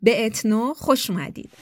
به اتنو خوش اومدید.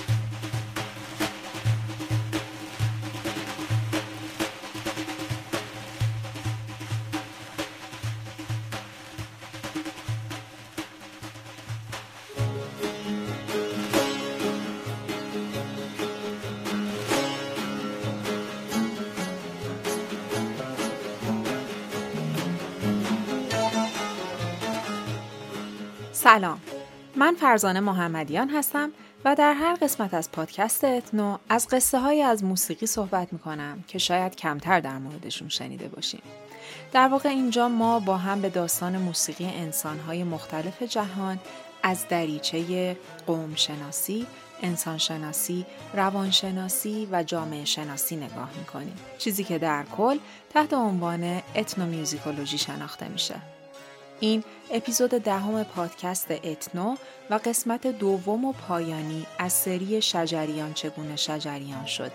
سلام، من فرزانه محمدیان هستم و در هر قسمت از پادکست اتنو از قصه های از موسیقی صحبت میکنم که شاید کمتر در موردشون شنیده باشیم. در واقع اینجا ما با هم به داستان موسیقی انسانهای مختلف جهان از دریچه قوم شناسی، انسان شناسی، روان شناسی و جامعه شناسی نگاه میکنیم. چیزی که در کل تحت عنوان اتنومیوزیکولوژی شناخته میشه. این اپیزود 10 پادکست اتنو و قسمت دوم و پایانی از سری شجریان چگونه شجریان شده.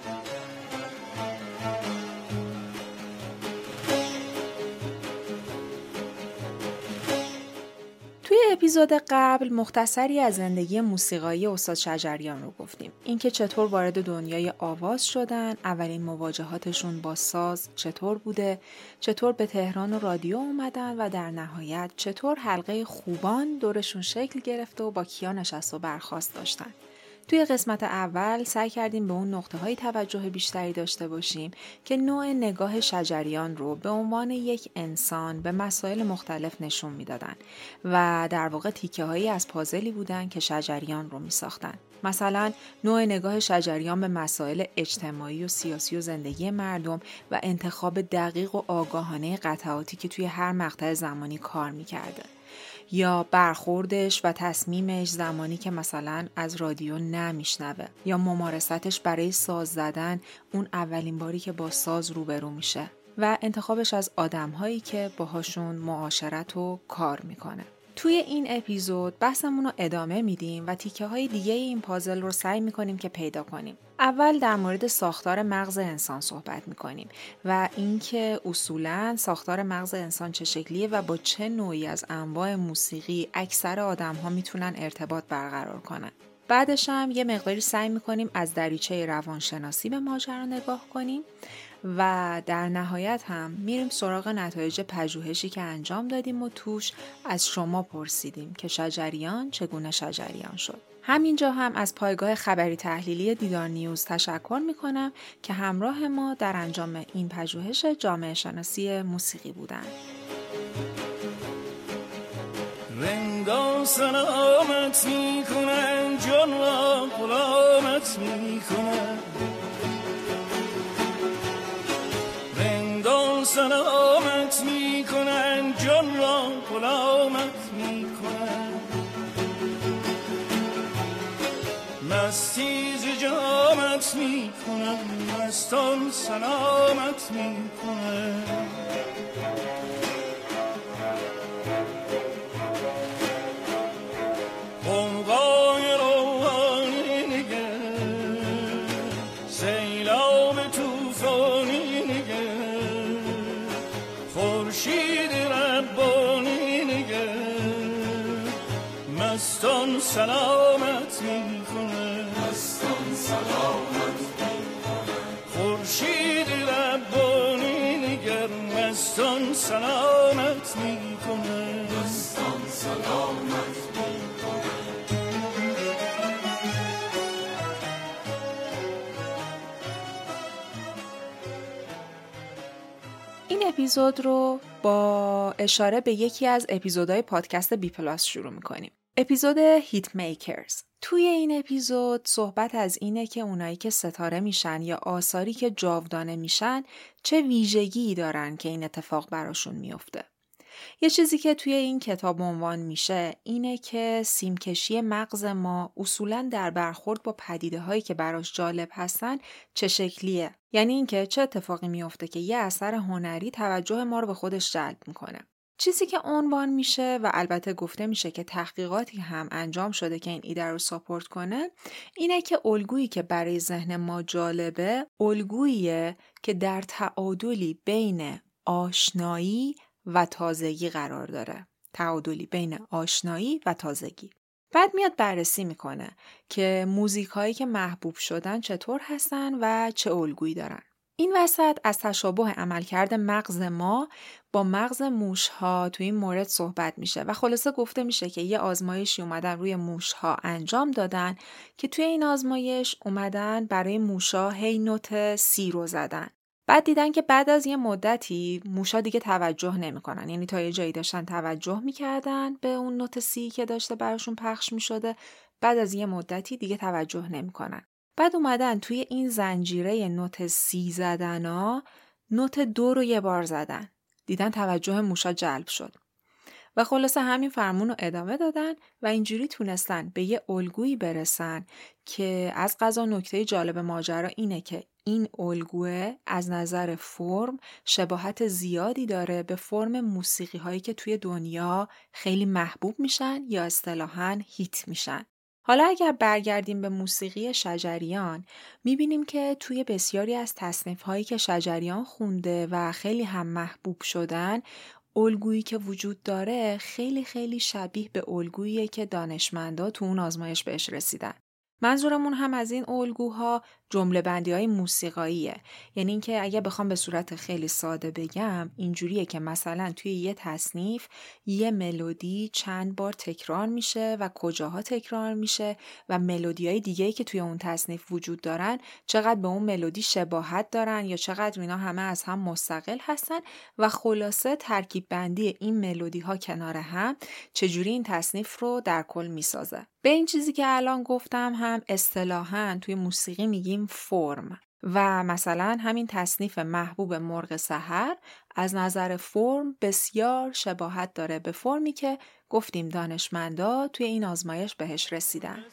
توی اپیزود قبل مختصری از زندگی موسیقایی استاد شجریان رو گفتیم. اینکه چطور وارد دنیای آواز شدن، اولین مواجهاتشون با ساز چطور بوده، چطور به تهران و رادیو اومدن و در نهایت چطور حلقه خوبان دورشون شکل گرفته و با کیا نشست و برخاست داشتن. توی قسمت اول سعی کردیم به اون نقطه‌های توجه بیشتری داشته باشیم که نوع نگاه شجریان رو به عنوان یک انسان به مسائل مختلف نشون میدادن و در واقع تیکه‌هایی از پازلی بودن که شجریان رو میساختن. مثلا نوع نگاه شجریان به مسائل اجتماعی و سیاسی و زندگی مردم و انتخاب دقیق و آگاهانه قطعاتی که توی هر مقطع زمانی کار میکرده. یا برخوردش و تصمیمش زمانی که مثلا از رادیو نمیشنوه یا ممارستش برای ساز زدن اون اولین باری که با ساز روبرو میشه و انتخابش از آدم‌هایی که باهاشون معاشرت و کار میکنه. توی این اپیزود بحثمون رو ادامه میدیم و تیکه‌های دیگه این پازل رو سعی میکنیم که پیدا کنیم. اول در مورد ساختار مغز انسان صحبت میکنیم و اینکه اصولاً ساختار مغز انسان چه شکلیه و با چه نوعی از انواع موسیقی اکثر آدم‌ها میتونن ارتباط برقرار کنن. بعدش هم یه مقداری سعی میکنیم از دریچه روانشناسی به ماجرا نگاه کنیم و در نهایت هم میریم سراغ نتایج پژوهشی که انجام دادیم و توش از شما پرسیدیم که شجریان چگونه شجریان شد. همینجا هم از پایگاه خبری تحلیلی دیدار نیوز تشکر میکنم که همراه ما در انجام این پژوهش جامعه شناسی موسیقی بودند. رندان سلامت میکنن، جان را غلامت میکنن. رندان سلامت میکنن، جان را غلامت میکنن. مستی ز جامت میکنن، مستان سلامت میکنن. مستان سلامت میکنه، مستان سلامت میکنه. خورشید ربانی نگر، مستان سلامت میکنه، مستان سلامت میکنه. این اپیزود رو با اشاره به یکی از اپیزودهای پادکست بی پلاس شروع میکنیم. اپیزود هیت میکرز. توی این اپیزود صحبت از اینه که اونایی که ستاره میشن یا آثاری که جاودانه میشن چه ویژگی دارن که این اتفاق براشون میفته. یه چیزی که توی این کتاب عنوان میشه اینه که سیمکشی مغز ما اصولاً در برخورد با پدیده هایی که براش جالب هستن چه شکلیه. یعنی اینکه چه اتفاقی میفته که یه اثر هنری توجه ما رو به خودش جلب میکنه. چیزی که عنوان میشه و البته گفته میشه که تحقیقاتی هم انجام شده که این ایده رو ساپورت کنه اینه که الگویی که برای ذهن ما جالبه الگوییه که در تعادلی بین آشنایی و تازگی قرار داره. تعادلی بین آشنایی و تازگی. بعد میاد بررسی میکنه که موزیک هایی که محبوب شدن چطور هستن و چه الگویی دارن. این وسط از تشابه عملکرد مغز ما با مغز موشها توی این مورد صحبت میشه و خلاصه گفته میشه که یه آزمایشی اومدن روی موشها انجام دادن که توی این آزمایش اومدن برای موشها هی نوت سی رو زدن. بعد دیدن که بعد از یه مدتی موشا دیگه توجه نمیکنن، یعنی تا یه جایی داشتن توجه میکردن به اون نوت سی که داشته براشون پخش میشده، بعد از یه مدتی دیگه توجه نمیکنن. بعد اومدن توی این زنجیره نوت سی زدنا نوت 2 رو یه بار زدن. دیدن توجه موشا جلب شد. و خلاصه همین فرمون رو ادامه دادن و اینجوری تونستن به یه الگویی برسن که از قضا نکته جالب ماجرا اینه که این الگوه از نظر فرم شباهت زیادی داره به فرم موسیقی هایی که توی دنیا خیلی محبوب میشن یا اصطلاحاً هیت میشن. حالا اگر برگردیم به موسیقی شجریان میبینیم که توی بسیاری از تصنیف هایی که شجریان خونده و خیلی هم محبوب شدن، الگویی که وجود داره خیلی خیلی شبیه به الگویی که دانشمندا تو اون آزمایش بهش رسیدن. منظورمون هم از این الگوها جمله بندی های موسیقاییه. یعنی اینکه اگه بخوام به صورت خیلی ساده بگم اینجوریه که مثلا توی یه تصنیف یه ملودی چند بار تکرار میشه و کجاها تکرار میشه و ملودیای دیگه‌ای که توی اون تصنیف وجود دارن چقدر به اون ملودی شباهت دارن یا چقدر اینا همه از هم مستقل هستن و خلاصه ترکیب بندی این ملودی ها کنار هم چجوری این تصنیف رو در کل میسازه. به این چیزی که الان گفتم هم اصطلاحاً توی موسیقی میگیم فرم و مثلا همین تصنیف محبوب مرغ سحر از نظر فرم بسیار شباهت داره به فرمی که گفتیم دانشمندا توی این آزمایش بهش رسیدن.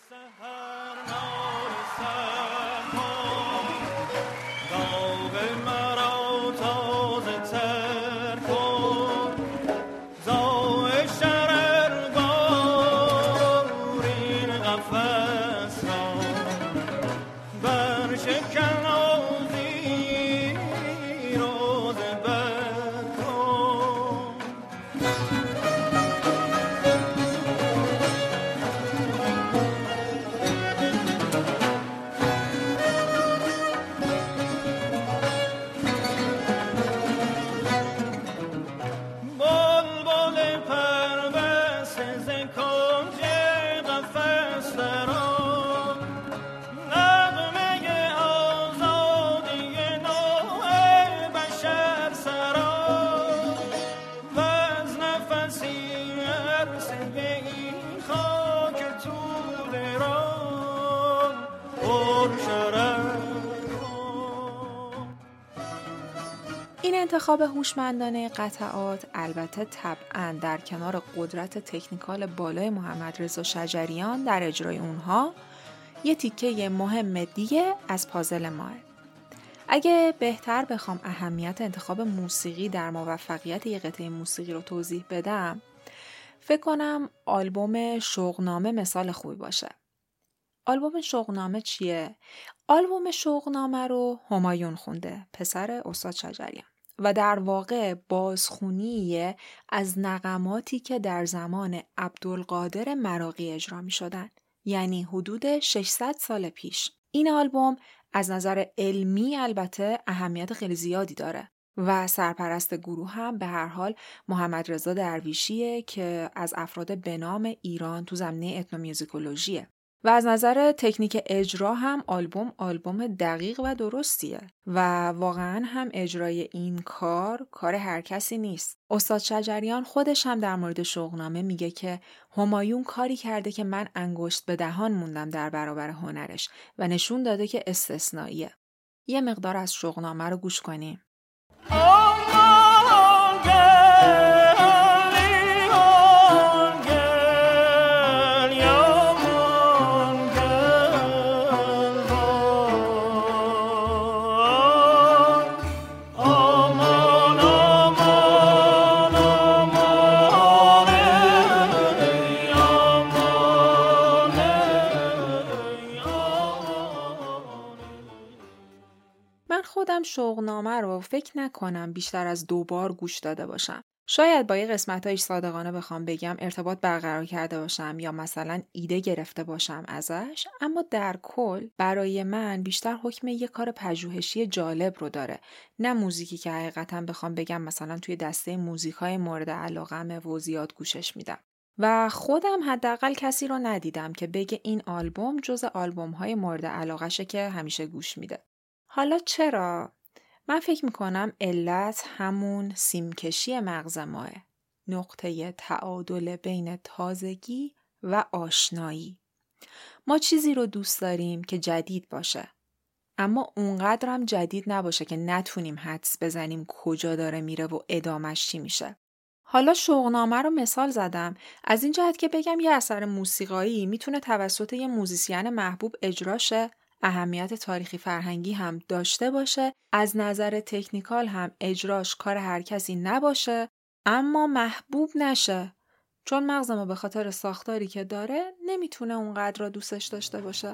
انتخاب هوشمندانه قطعات البته طبعاً در کنار قدرت تکنیکال بالای محمدرضا شجریان در اجرای اونها یه تیکه مهم دیگه از پازل ماه. اگه بهتر بخوام اهمیت انتخاب موسیقی در موفقیت یه قطعه موسیقی رو توضیح بدم، فکر کنم آلبوم شوقنامه مثال خوبی باشه. آلبوم شوقنامه چیه؟ آلبوم شوقنامه رو همایون خونده، پسر استاد شجریان. و در واقع بازخونیه از نغماتی که در زمان عبدالقادر مراغی اجرا می شدن. یعنی حدود 600 سال پیش. این آلبوم از نظر علمی البته اهمیت خیلی زیادی داره و سرپرست گروه هم به هر حال محمدرضا درویشیه که از افراد به نام ایران تو زمینه اتنومیوزیکولوژیه. و از نظر تکنیک اجرا هم آلبوم دقیق و درستیه و واقعا هم اجرای این کار هر کسی نیست. استاد شجریان خودش هم در مورد شوقنامه میگه که همایون کاری کرده که من انگشت به دهان موندم در برابر هنرش و نشون داده که استثنائیه. یه مقدار از شوقنامه رو گوش کنیم. خودم شوقنامه رو فکر نکنم بیشتر از 2 بار گوش داده باشم. شاید با یه قسمتایش صادقانه بخوام بگم ارتباط برقرار کرده باشم یا مثلا ایده گرفته باشم ازش، اما در کل برای من بیشتر حکم یه کار پژوهشی جالب رو داره، نه موزیکی که حقیقتا بخوام بگم مثلا توی دسته موزیکای مورد علاقمه و زیاد گوشش میدم. و خودم حداقل کسی رو ندیدم که بگه این آلبوم جز آلبوم‌های مورد علاقشه که همیشه گوش میده. حالا چرا؟ من فکر میکنم علت همون سیمکشی مغز ماه. نقطه تعادل بین تازگی و آشنایی. ما چیزی رو دوست داریم که جدید باشه. اما اونقدر هم جدید نباشه که نتونیم حدس بزنیم کجا داره میره و ادامش چی میشه. حالا شوقنامه رو مثال زدم از این جهت که بگم یه اثر موسیقایی میتونه توسط یه موزیسین محبوب اجرا شه، اهمیت تاریخی فرهنگی هم داشته باشه، از نظر تکنیکال هم اجراش کار هر کسی نباشه، اما محبوب نشه، چون مغز ما به خاطر ساختاری که داره نمیتونه اونقدر را دوستش داشته باشه.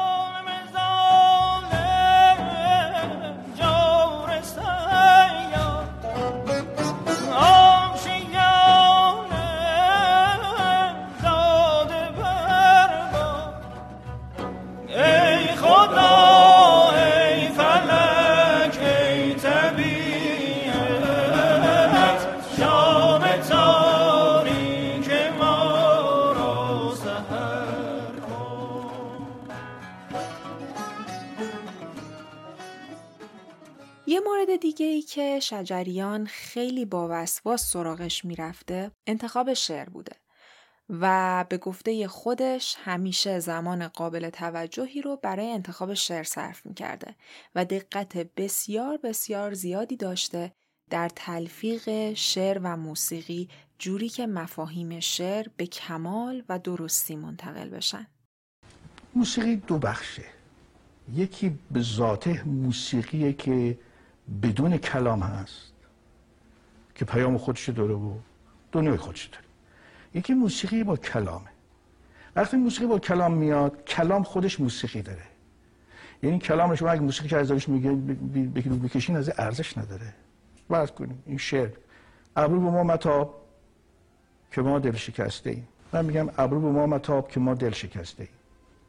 یه مورد دیگه ای که شجریان خیلی با وسواس سراغش میرفته انتخاب شعر بوده و به گفته خودش همیشه زمان قابل توجهی رو برای انتخاب شعر صرف میکرده و دقت بسیار بسیار زیادی داشته در تلفیق شعر و موسیقی جوری که مفاهیم شعر به کمال و درستی منتقل بشن. موسیقی دو بخشه. یکی به ذاته موسیقیه که بدون کلام هست که پیام خودش داره و دنیای خودش داره. یکی موسیقی با کلامه. وقتی موسیقی با کلام میاد، کلام خودش موسیقی داره. یعنی کلام شما اگه موسیقی که ازش میگه بکشین از ارزش نداره. فرض کنیم این شعر ابرو به ما متاب که ما دل شکسته ایم. من میگم ابرو به ما متاب که ما دل شکسته ایم.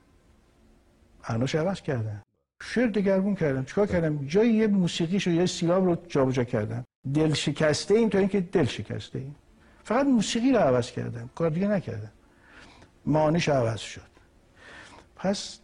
معناش عوض کردن. شعر دگرگون کردن. چیکار کردن؟ جای یه موسیقیشو یه سیلاب رو جابجا کردن. دل شکسته ایم تا اینکه دل شکسته ایم. فقط موسیقی رو عوض کردن، کار دیگه نکردن. معانیش عوض شد. پس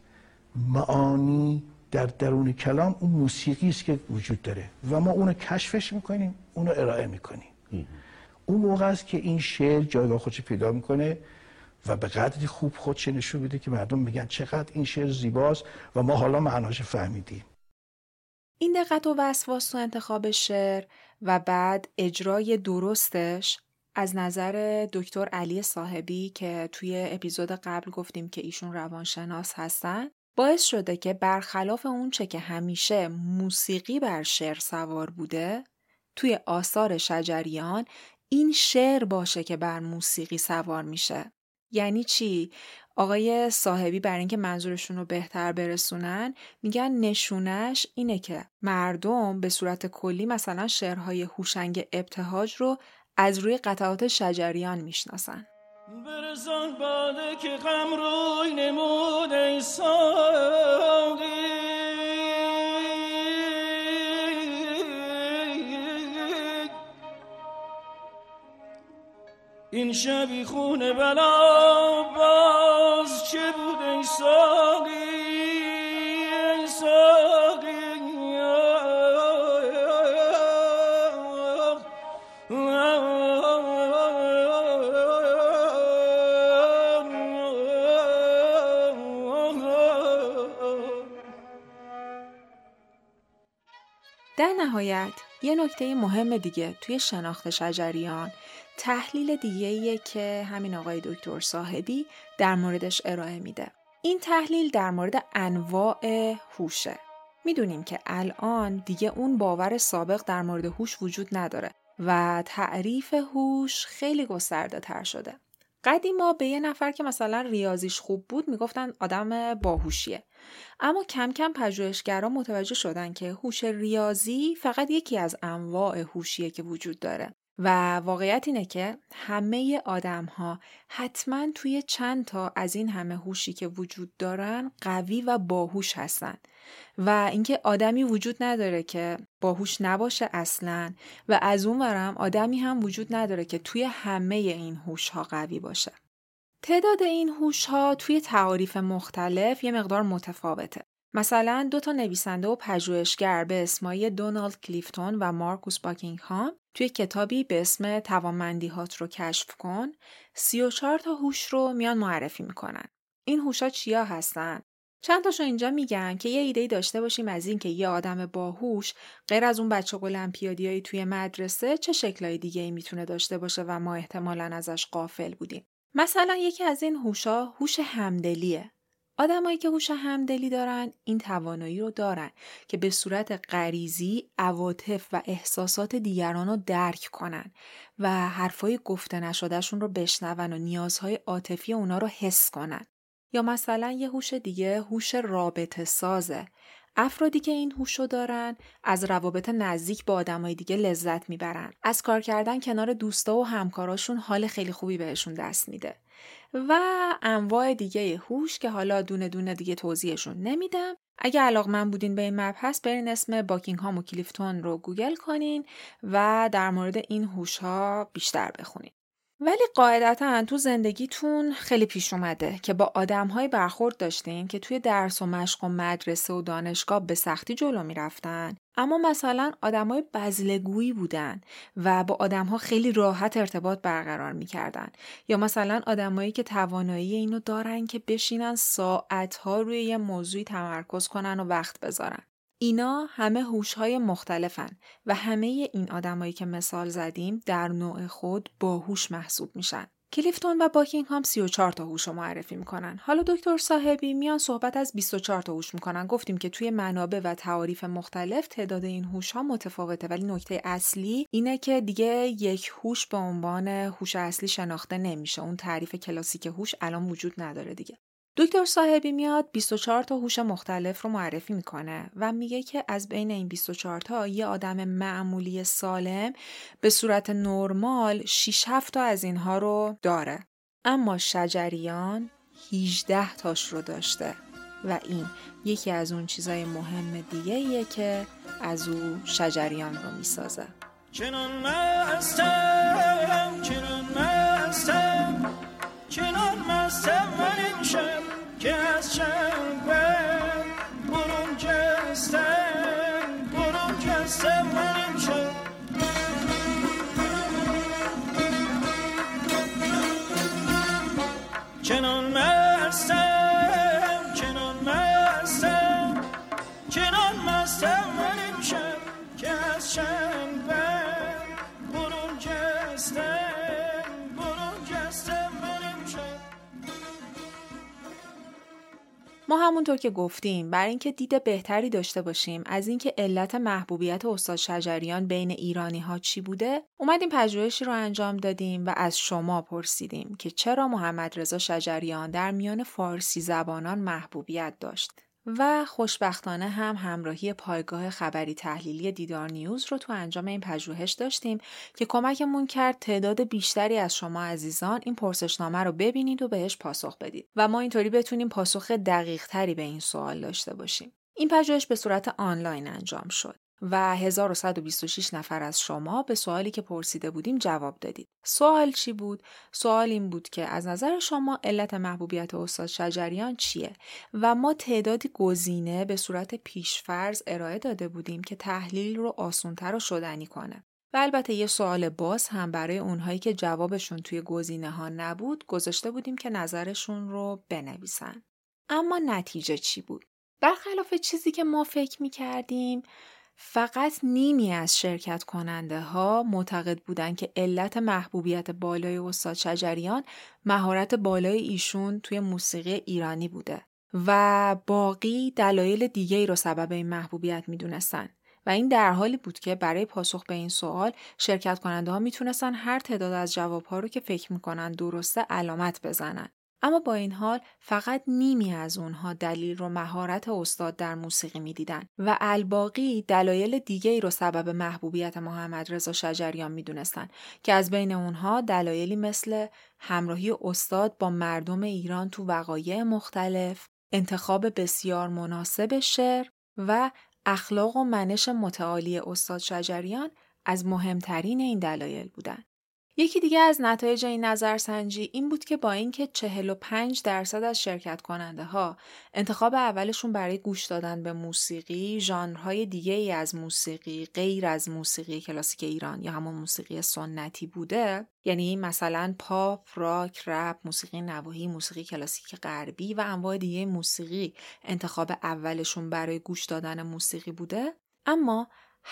معانی در درون کلام اون موسیقی است که وجود داره و ما اونو کشفش میکنیم، اونو ارائه میکنیم. اون موقع است که این شعر جایگاه خودش پیدا میکنه و به قدری خوب خودش نشون میده که مردم میگن چقدر این شعر زیباست و ما حالا معناش فهمیدیم. این دقت و وسواس تو انتخاب شعر و بعد اجرای درستش از نظر دکتر علی صاحبی که توی اپیزود قبل گفتیم که ایشون روانشناس هستن باعث شده که برخلاف اون چه که همیشه موسیقی بر شعر سوار بوده، توی آثار شجریان این شعر باشه که بر موسیقی سوار میشه. یعنی چی؟ آقای صاحبی برای اینکه منظورشون رو بهتر برسونن میگن نشونش اینه که مردم به صورت کلی مثلا شعرهای هوشنگ ابتهاج رو از روی قطعات شجریان میشناسن. برسان باده که غم روی نمود ای ساقی، این شبی خون بلا باز چه بود ای ساقی، ای ساقی. در نهایت یه نکته مهم دیگه توی شناخت شجریان تحلیل دیگه‌ایه که همین آقای دکتر صاحبی در موردش ارائه میده. این تحلیل در مورد انواع هوشه. میدونیم که الان دیگه اون باور سابق در مورد هوش وجود نداره و تعریف هوش خیلی گسترده تر شده. قدیما به یه نفر که مثلا ریاضیش خوب بود میگفتن آدم باهوشیه. اما کم کم پژوهشگران متوجه شدن که هوش ریاضی فقط یکی از انواع هوشیه که وجود داره و واقعیت اینه که همه آدم‌ها حتما توی چند تا از این همه هوشی که وجود دارن قوی و باهوش هستن و اینکه آدمی وجود نداره که باهوش نباشه اصلاً و از اون ورم آدمی هم وجود نداره که توی همه این هوش‌ها قوی باشه. تعداد این هوش‌ها توی تعاریف مختلف یه مقدار متفاوته. مثلا 2 نویسنده و پژوهشگر به اسمای دونالد کلیفتون و مارکوس باکینگهام توی کتابی به اسم توانمندی‌هات رو کشف کن 34 تا هوش رو میان معرفی میکنن. این هوش‌ها چیا هستن؟ چند تاشو اینجا میگن که یه ایده‌ای داشته باشیم از این که یه آدم باهوش غیر از اون بچه المپیادیایی توی مدرسه چه شکلای دیگه‌ای میتونه داشته باشه و ما احتمالاً ازش غافل بودیم. مثلا یکی از این هوش‌ها هوش همدلیه. آدمایی که هوش همدلی دارن این توانایی رو دارن که به صورت غریزی عواطف و احساسات دیگران رو درک کنن و حرفای گفته نشدهشون رو بشنون و نیازهای عاطفی اونا رو حس کنن. یا مثلا یه هوش دیگه هوش رابطه سازه. افرادی که این هوشو دارن از روابط نزدیک با آدمای دیگه لذت میبرن. از کار کردن کنار دوستا و همکاراشون حال خیلی خوبی بهشون دست میده. و انواع دیگه هوش که حالا دونه دونه دیگه توضیحشون نمیدم. اگه علاقه‌مند بودین به این مبحث برین اسم باکینگهام و کلیفتون رو گوگل کنین و در مورد این هوش‌ها بیشتر بخونین. ولی قاعدتاً تو زندگیتون خیلی پیش اومده که با آدم‌های برخورد داشتین که توی درس و مشق و مدرسه و دانشگاه به سختی جلو میرفتن، اما مثلا آدم‌های بزلگویی بودن و با آدم‌ها خیلی راحت ارتباط برقرار می‌کردن، یا مثلا آدمایی که توانایی اینو دارن که بشینن ساعت‌ها روی یه موضوعی تمرکز کنن و وقت بذارن. اینا همه هوش‌های مختلفن و همه این آدمایی که مثال زدیم در نوع خود باهوش محسوب میشن. کلیفتون و باکینگهام 34 تا هوش رو معرفی میکنن. حالا دکتر صاحبی میان صحبت از 24 تا هوش میکنن. گفتیم که توی منابع و تعاریف مختلف تعداد این هوش‌ها متفاوته، ولی نکته اصلی اینه که دیگه یک هوش به عنوان هوش اصلی شناخته نمیشه. اون تعریف کلاسیک هوش الان وجود نداره دیگه. دکتر صاحبی میاد 24 تا هوش مختلف رو معرفی میکنه و میگه که از بین این 24 تا یه آدم معمولی سالم به صورت نرمال 6-7 تا از اینها رو داره، اما شجریان 18 تاش رو داشته و این یکی از اون چیزای مهم دیگه ایه که از او شجریان رو میسازه. چنان مستم من امشب که از چند بر برون جستم من امشب چنان مستم من امشب که از چند بر برون جستم من امشب. ما همونطور که گفتیم برای اینکه دید بهتری داشته باشیم از اینکه علت محبوبیت استاد شجریان بین ایرانی‌ها چی بوده، اومدیم پژوهشی رو انجام دادیم و از شما پرسیدیم که چرا محمدرضا شجریان در میان فارسی زبانان محبوبیت داشت. و خوشبختانه هم همراهی پایگاه خبری تحلیلی دیدار نیوز رو تو انجام این پژوهش داشتیم که کمکمون کرد تعداد بیشتری از شما عزیزان این پرسشنامه رو ببینید و بهش پاسخ بدید و ما اینطوری بتونیم پاسخ دقیق تری به این سوال داشته باشیم. این پژوهش به صورت آنلاین انجام شد و 1126 نفر از شما به سوالی که پرسیده بودیم جواب دادید. سوال چی بود؟ سوال این بود که از نظر شما علت محبوبیت استاد شجریان چیه؟ و ما تعدادی گزینه به صورت پیشفرض ارائه داده بودیم که تحلیل رو آسان‌تر و شدنی کنه. و البته یه سوال باز هم برای اونهایی که جوابشون توی گزینه ها نبود گذاشته بودیم که نظرشون رو بنویسن. اما نتیجه چی بود؟ برخلاف چیزی که ما فکر می‌کردیم، فقط نیمی از شرکت کننده ها معتقد بودن که علت محبوبیت بالای استاد شجریان مهارت بالای ایشون توی موسیقی ایرانی بوده و باقی دلایل دیگه‌ای رو سبب این محبوبیت میدونستن. و این در حالی بود که برای پاسخ به این سوال شرکت کننده ها میتونستن هر تعداد از جوابها رو که فکر میکنن درسته علامت بزنن. اما با این حال فقط نیمی از اونها دلیل و مهارت استاد در موسیقی میدیدن و الباقی دلایل دیگه ای رو سبب محبوبیت محمد رضا شجریان میدونستن که از بین اونها دلایلی مثل همراهی استاد با مردم ایران تو وقایع مختلف، انتخاب بسیار مناسب شعر و اخلاق و منش متعالی استاد شجریان از مهمترین این دلایل بودن. یکی دیگه از نتایج این نظرسنجی این بود که با اینکه 45% از شرکت کننده ها انتخاب اولشون برای گوش دادن به موسیقی ژانرهای دیگه ای از موسیقی غیر از موسیقی کلاسیک ایران یا همون موسیقی سنتی بوده، یعنی مثلا پاپ، راک، رپ، موسیقی نواحی، موسیقی کلاسیک غربی و انواع دیگه موسیقی انتخاب اولشون برای گوش دادن موسیقی بوده، اما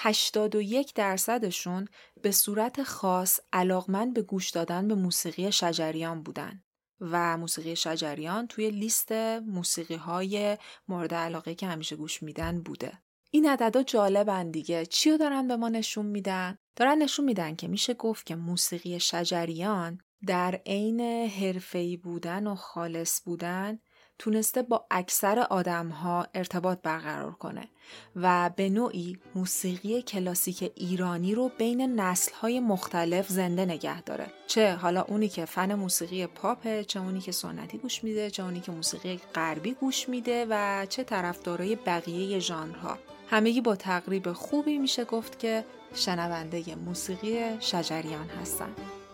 81% به صورت خاص علاقمند به گوش دادن به موسیقی شجریان بودن و موسیقی شجریان توی لیست موسیقی‌های مورد علاقه که همیشه گوش میدن بوده. این عددا جالبن دیگه. چی رو دارن به ما نشون میدن؟ دارن نشون میدن که میشه گفت که موسیقی شجریان در عین حرفه‌ای بودن و خالص بودن تونسته با اکثر آدم‌ها ارتباط برقرار کنه و به نوعی موسیقی کلاسیک ایرانی رو بین نسل‌های مختلف زنده نگه داره. چه حالا اونی که فن موسیقی پاپه، چه اونی که سنتی گوش میده، چه اونی که موسیقی غربی گوش میده و چه طرفدارای بقیه ژانرها. همگی با تقریب خوبی میشه گفت که شنونده موسیقی شجریان هستن.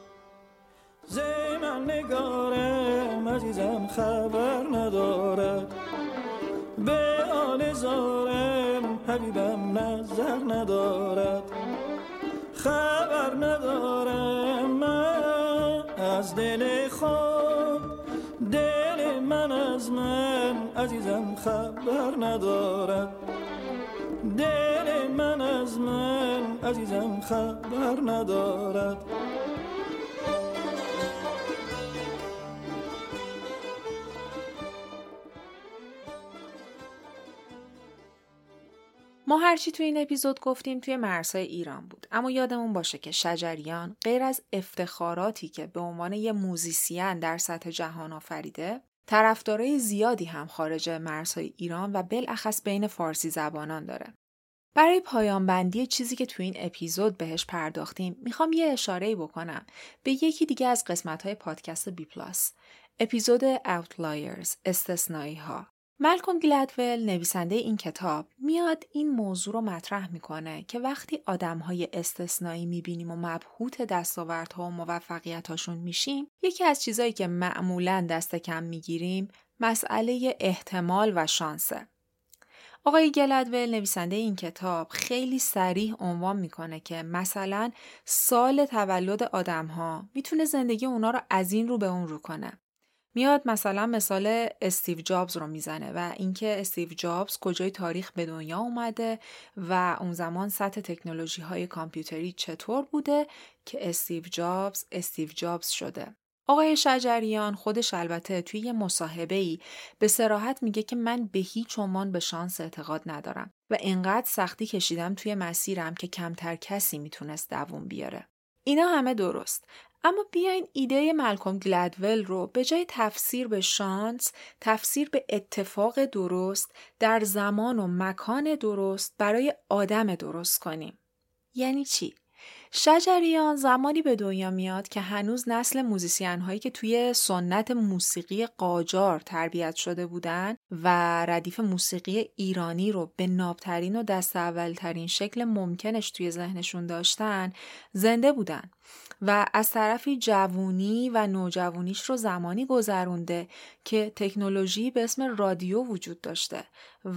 من نگارم عزیزم خبر ندارد، به آن زارم حبیبم نظر ندارد، خبر ندارم من از دل خود، دل من از من عزیزم خبر ندارد، دل من از من عزیزم خبر ندارد. ما هرچی توی این اپیزود گفتیم توی مرزهای ایران بود، اما یادمون باشه که شجریان غیر از افتخاراتی که به عنوان یه موزیسین در سطح جهان آفریده، طرفدارای زیادی هم خارج مرزهای ایران و بالاخص بین فارسی زبانان داره. برای پایان بندی چیزی که توی این اپیزود بهش پرداختیم، میخوام یه اشاره‌ای بکنم به یکی دیگه از قسمت‌های پادکست بی پلاس، اپیزود Outliers، استثنایی ها. مالکوم گلدول نویسنده این کتاب میاد این موضوع رو مطرح میکنه که وقتی آدم‌های استثنایی میبینیم و مبهوت دستاوردها و موفقیتاشون میشیم، یکی از چیزایی که معمولاً دست کم میگیریم مسئله احتمال و شانسه. آقای گلدول نویسنده این کتاب خیلی صریح عنوان میکنه که مثلا سال تولد آدم‌ها میتونه زندگی اونا رو از این رو به اون رو کنه. میاد مثلا مثال استیو جابز رو میزنه و اینکه استیو جابز کجای تاریخ به دنیا اومده و اون زمان سطح تکنولوژی های کامپیوتری چطور بوده که استیو جابز شده. آقای شجریان خودش البته توی یه مصاحبه‌ای به صراحت میگه که من به هیچ عنوان به شانس اعتقاد ندارم و اینقدر سختی کشیدم توی مسیرم که کمتر کسی میتونست دووم بیاره. اینا همه درست، اما بیاین ایده مالکوم گلدول رو به جای تفسیر به شانس، تفسیر به اتفاق درست در زمان و مکان درست برای آدم درست کنیم. یعنی چی؟ شجریان زمانی به دنیا میاد که هنوز نسل موزیسین هایی که توی سنت موسیقی قاجار تربیت شده بودن و ردیف موسیقی ایرانی رو به نابترین و دست اولترین شکل ممکنش توی ذهنشون داشتن زنده بودن و از طرفی جوونی و نوجوانیش رو زمانی گذرونده که تکنولوژی به اسم رادیو وجود داشته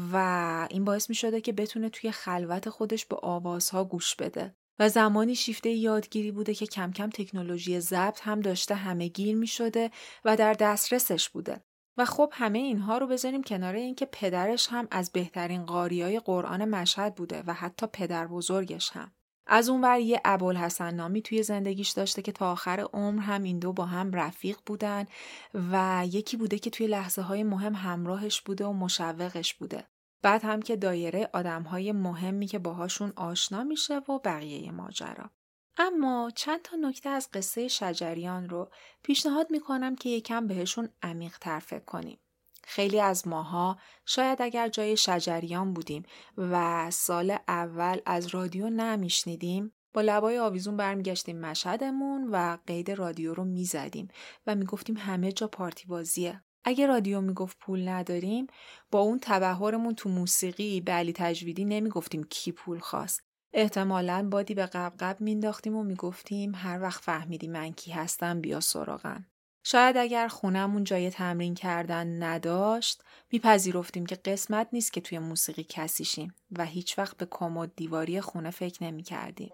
و این باعث می شده که بتونه توی خلوت خودش به آوازها گوش بده و زمانی شیفته یادگیری بوده که کم کم تکنولوژی ضبط هم داشته همه‌گیر می شده و در دسترسش بوده. و خب همه اینها رو بذاریم کنار اینکه پدرش هم از بهترین قاریای قرآن مشهد بوده و حتی پدر بزرگش هم. از اونور یه ابوالحسن نامی توی زندگیش داشته که تا آخر عمر هم این دو با هم رفیق بودن و یکی بوده که توی لحظه‌های مهم همراهش بوده و مشوقش بوده. بعد هم که دایره آدم‌های مهمی که باهاشون آشنا میشه و بقیه ماجرا. اما چند تا نکته از قصه شجریان رو پیشنهاد میکنم که یکم بهشون عمیق‌تر فکر کنیم. خیلی از ماها شاید اگر جای شجریان بودیم و سال اول از رادیو نمیشنیدیم، با لبای آویزون برمیگشتیم مشهدمون و قید رادیو رو میزدیم و میگفتیم همه جا پارتی بازیه. اگه رادیو میگفت پول نداریم، با اون تبحرمون تو موسیقی به علی تجویدی نمیگفتیم کی پول خواست. احتمالاً بادی به قبقب مینداختیم و میگفتیم هر وقت فهمیدی من کی هستم بیا سراغم. شاید اگر خونمون جای تمرین کردن نداشت، میپذیرفتیم که قسمت نیست که توی موسیقی کسی شیم و هیچ وقت به کمد دیواری خونه فکر نمی‌کردیم.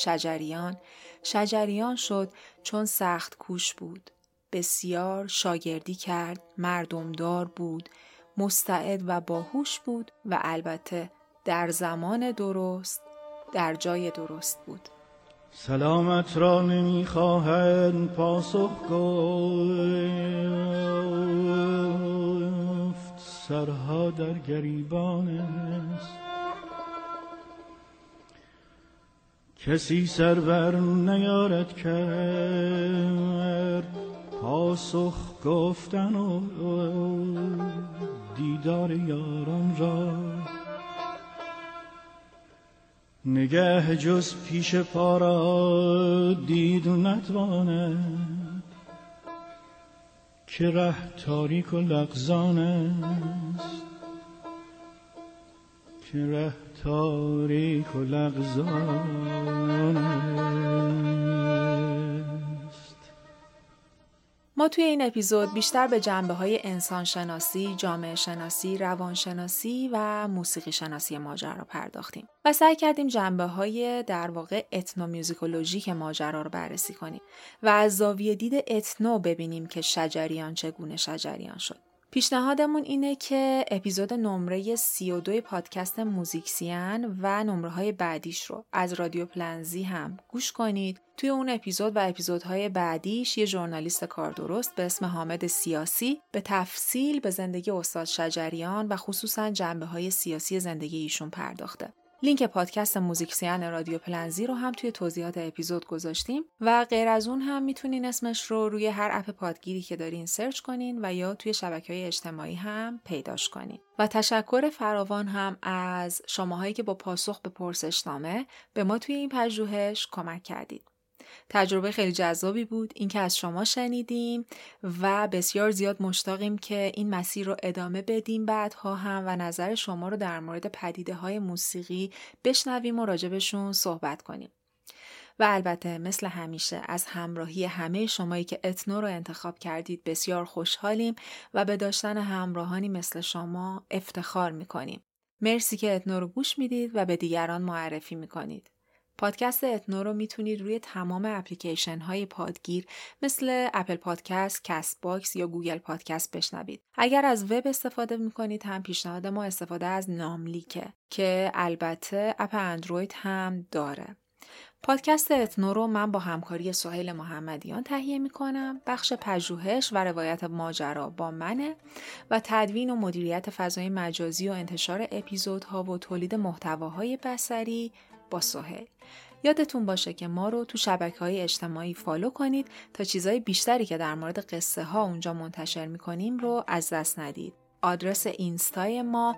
شجریان شد چون سخت کوش بود. بسیار شاگردی کرد، مردمدار بود، مستعد و باهوش بود و البته در زمان درست، در جای درست بود. سلامت را نمیخواهد پاسخ گفت، سرها در گریبان است. کسی سر بر نیارد کرد پاسخ گفتن و دیدار یاران را. نگه جز پیش پا را دید نتواند، که ره تاریک و لغزان است، که ره تاریک و لغزان است. ما توی این اپیزود بیشتر به جنبه‌های انسانشناسی، جامعه شناسی، روانشناسی و موسیقی شناسی ماجرا پرداختیم و سعی کردیم جنبه‌های در واقع اتنومیوزیکولوژیک ماجرا رو بررسی کنیم و از زاویه دید اتنو ببینیم که شجریان چگونه شجریان شد. پیشنهادمون اینه که اپیزود نمره 32 پادکست موزیکسین و نمره‌های بعدیش رو از رادیو پلنزی هم گوش کنید. توی اون اپیزود و اپیزودهای بعدیش یه ژورنالیست کاردرست به اسم حامد سیاسی به تفصیل به زندگی استاد شجریان و خصوصاً جنبه‌های سیاسی زندگی ایشون پرداخته. لینک پادکست موزیکسین رادیو پلنزی رو هم توی توضیحات اپیزود گذاشتیم و غیر از اون هم میتونین اسمش رو روی هر اپ پادگیری که دارین سرچ کنین و یا توی شبکه‌های اجتماعی هم پیداش کنین. و تشکر فراوان هم از شماهایی که با پاسخ به پرسشنامه به ما توی این پژوهش کمک کردید. تجربه خیلی جذابی بود این که از شما شنیدیم و بسیار زیاد مشتاقیم که این مسیر رو ادامه بدیم بعدها هم و نظر شما رو در مورد پدیده‌های موسیقی بشنویم و راجبشون صحبت کنیم. و البته مثل همیشه از همراهی همه شمایی که اتنو رو انتخاب کردید بسیار خوشحالیم و به داشتن همراهانی مثل شما افتخار می‌کنیم. مرسی که اتنو رو گوش میدید و به دیگران معرفی می‌کنید. پادکست اتنو رو میتونید روی تمام اپلیکیشن های پادگیر مثل اپل پادکست، کست باکس یا گوگل پادکست بشنوید. اگر از وب استفاده میکنید هم پیشنهاد ما استفاده از ناملیکه که البته اپ اندروید هم داره. پادکست اتنو رو من با همکاری سهیل محمدیان تهیه میکنم. بخش پژوهش و روایت ماجرا با منه و تدوین و مدیریت فضای مجازی و انتشار اپیزودها و تولید محتواهای بصری با سهیل. یادتون باشه که ما رو تو شبکه‌های اجتماعی فالو کنید تا چیزای بیشتری که در مورد قصه ها اونجا منتشر میکنیم رو از دست ندید. آدرس اینستای ما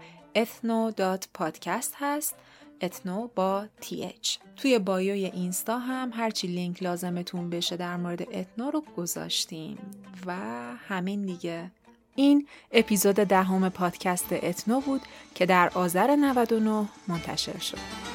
ethno.podcast هست، ethno با TH. توی بایوی اینستا هم هرچی لینک لازمتون بشه در مورد اتنو رو گذاشتیم و همین دیگه. این اپیزود 10 پادکست اتنو بود که در آذر 99 منتشر شد.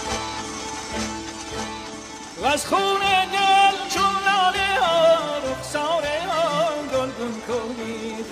از خون دل چون لاله ها رخسار آن گلگون کنید.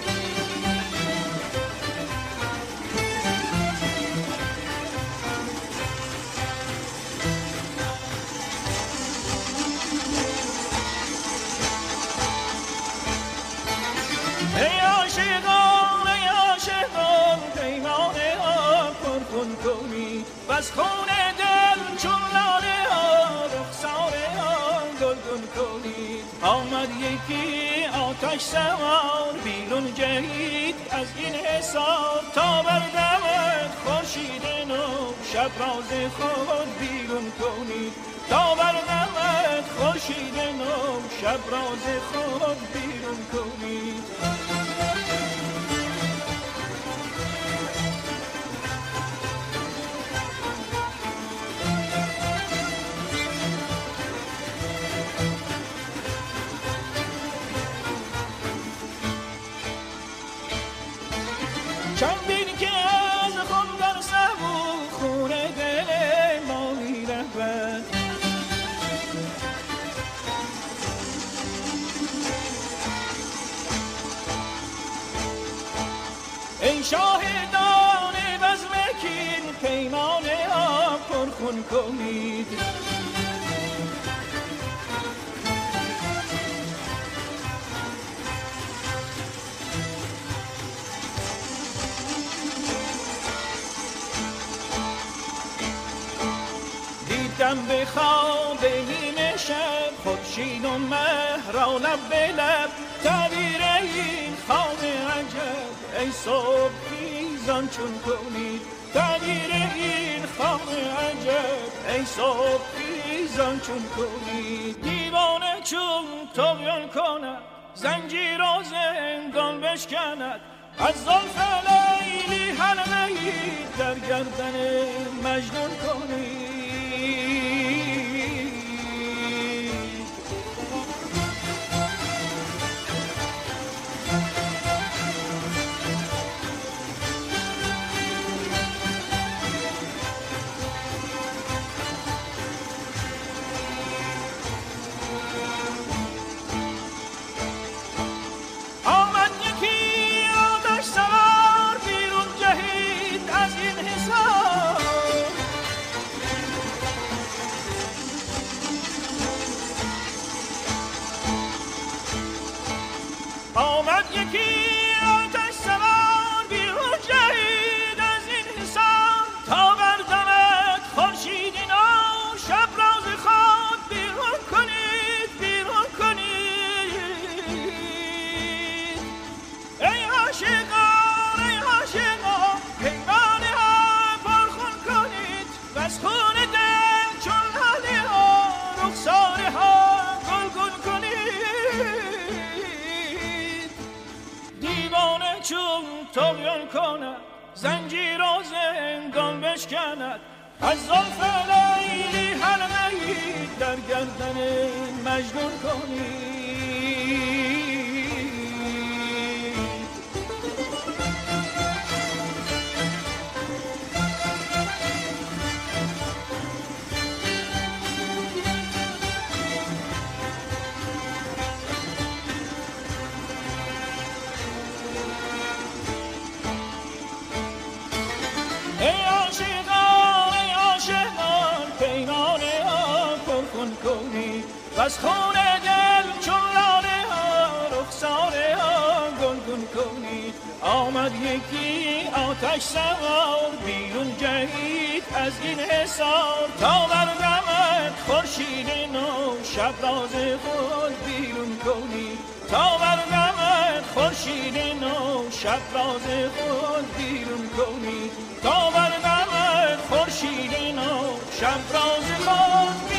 ای عاشقان ای عاشقان پیمان آن پرخون کنید بس خون دل چون لاله ها رخسار آن گلگون کنید. آمد یکی آتش سوار بیرون جهید از این حصار تا بر دمت خورشید نو شب راز خود بیرون کنید. تا بر دمت خورشید نو شب راز خود بیرون کنید. چندین که از خون در سبو خون دل ما می رود. ای شاهدان بزم کین پیمان آب پرخون کنید. دیدم به خواب نیمه شب خورشید و مه را لب به لب تعبیر این خواب عجب ای صبح خیزان چون کنید. تعبیر این خواب عجب ای صبح خیزان چون کنید. دیوانه چون طغیان کند زنجیر و زندان بشکند از زلف لیلی حلقه‌ای در گردن مجنون کنید. آمد یکی آتش سوار بیرون جهید از این حصار تا بر دمت خورشید نو شب راز خود بیرون کنید. بیرون کنید ای عاشقان ای عاشقان پیمان ها پرخون کنید بس خون دل چون لاله ها رخسار ها گلگون کنید. دیوانه چون طغیان کند زنجیر و زندان بشکند از زلف لیلی حلقه‌ای در گردن مجنون کنید. ای عاشقان ای عاشقان پیمان ها پرخون کنید بس خون دل چون لاله ها رخسار ها گلگون کنید. آمد یکی آتش سوار بیرون جهید از این حصار تا بر دمت خورشید نو شب راز خود بیرون کنید. تا بر دمت خورشید نو شب راز خود بیرون کنید. تا بر دمت خورشید نو شب راز خود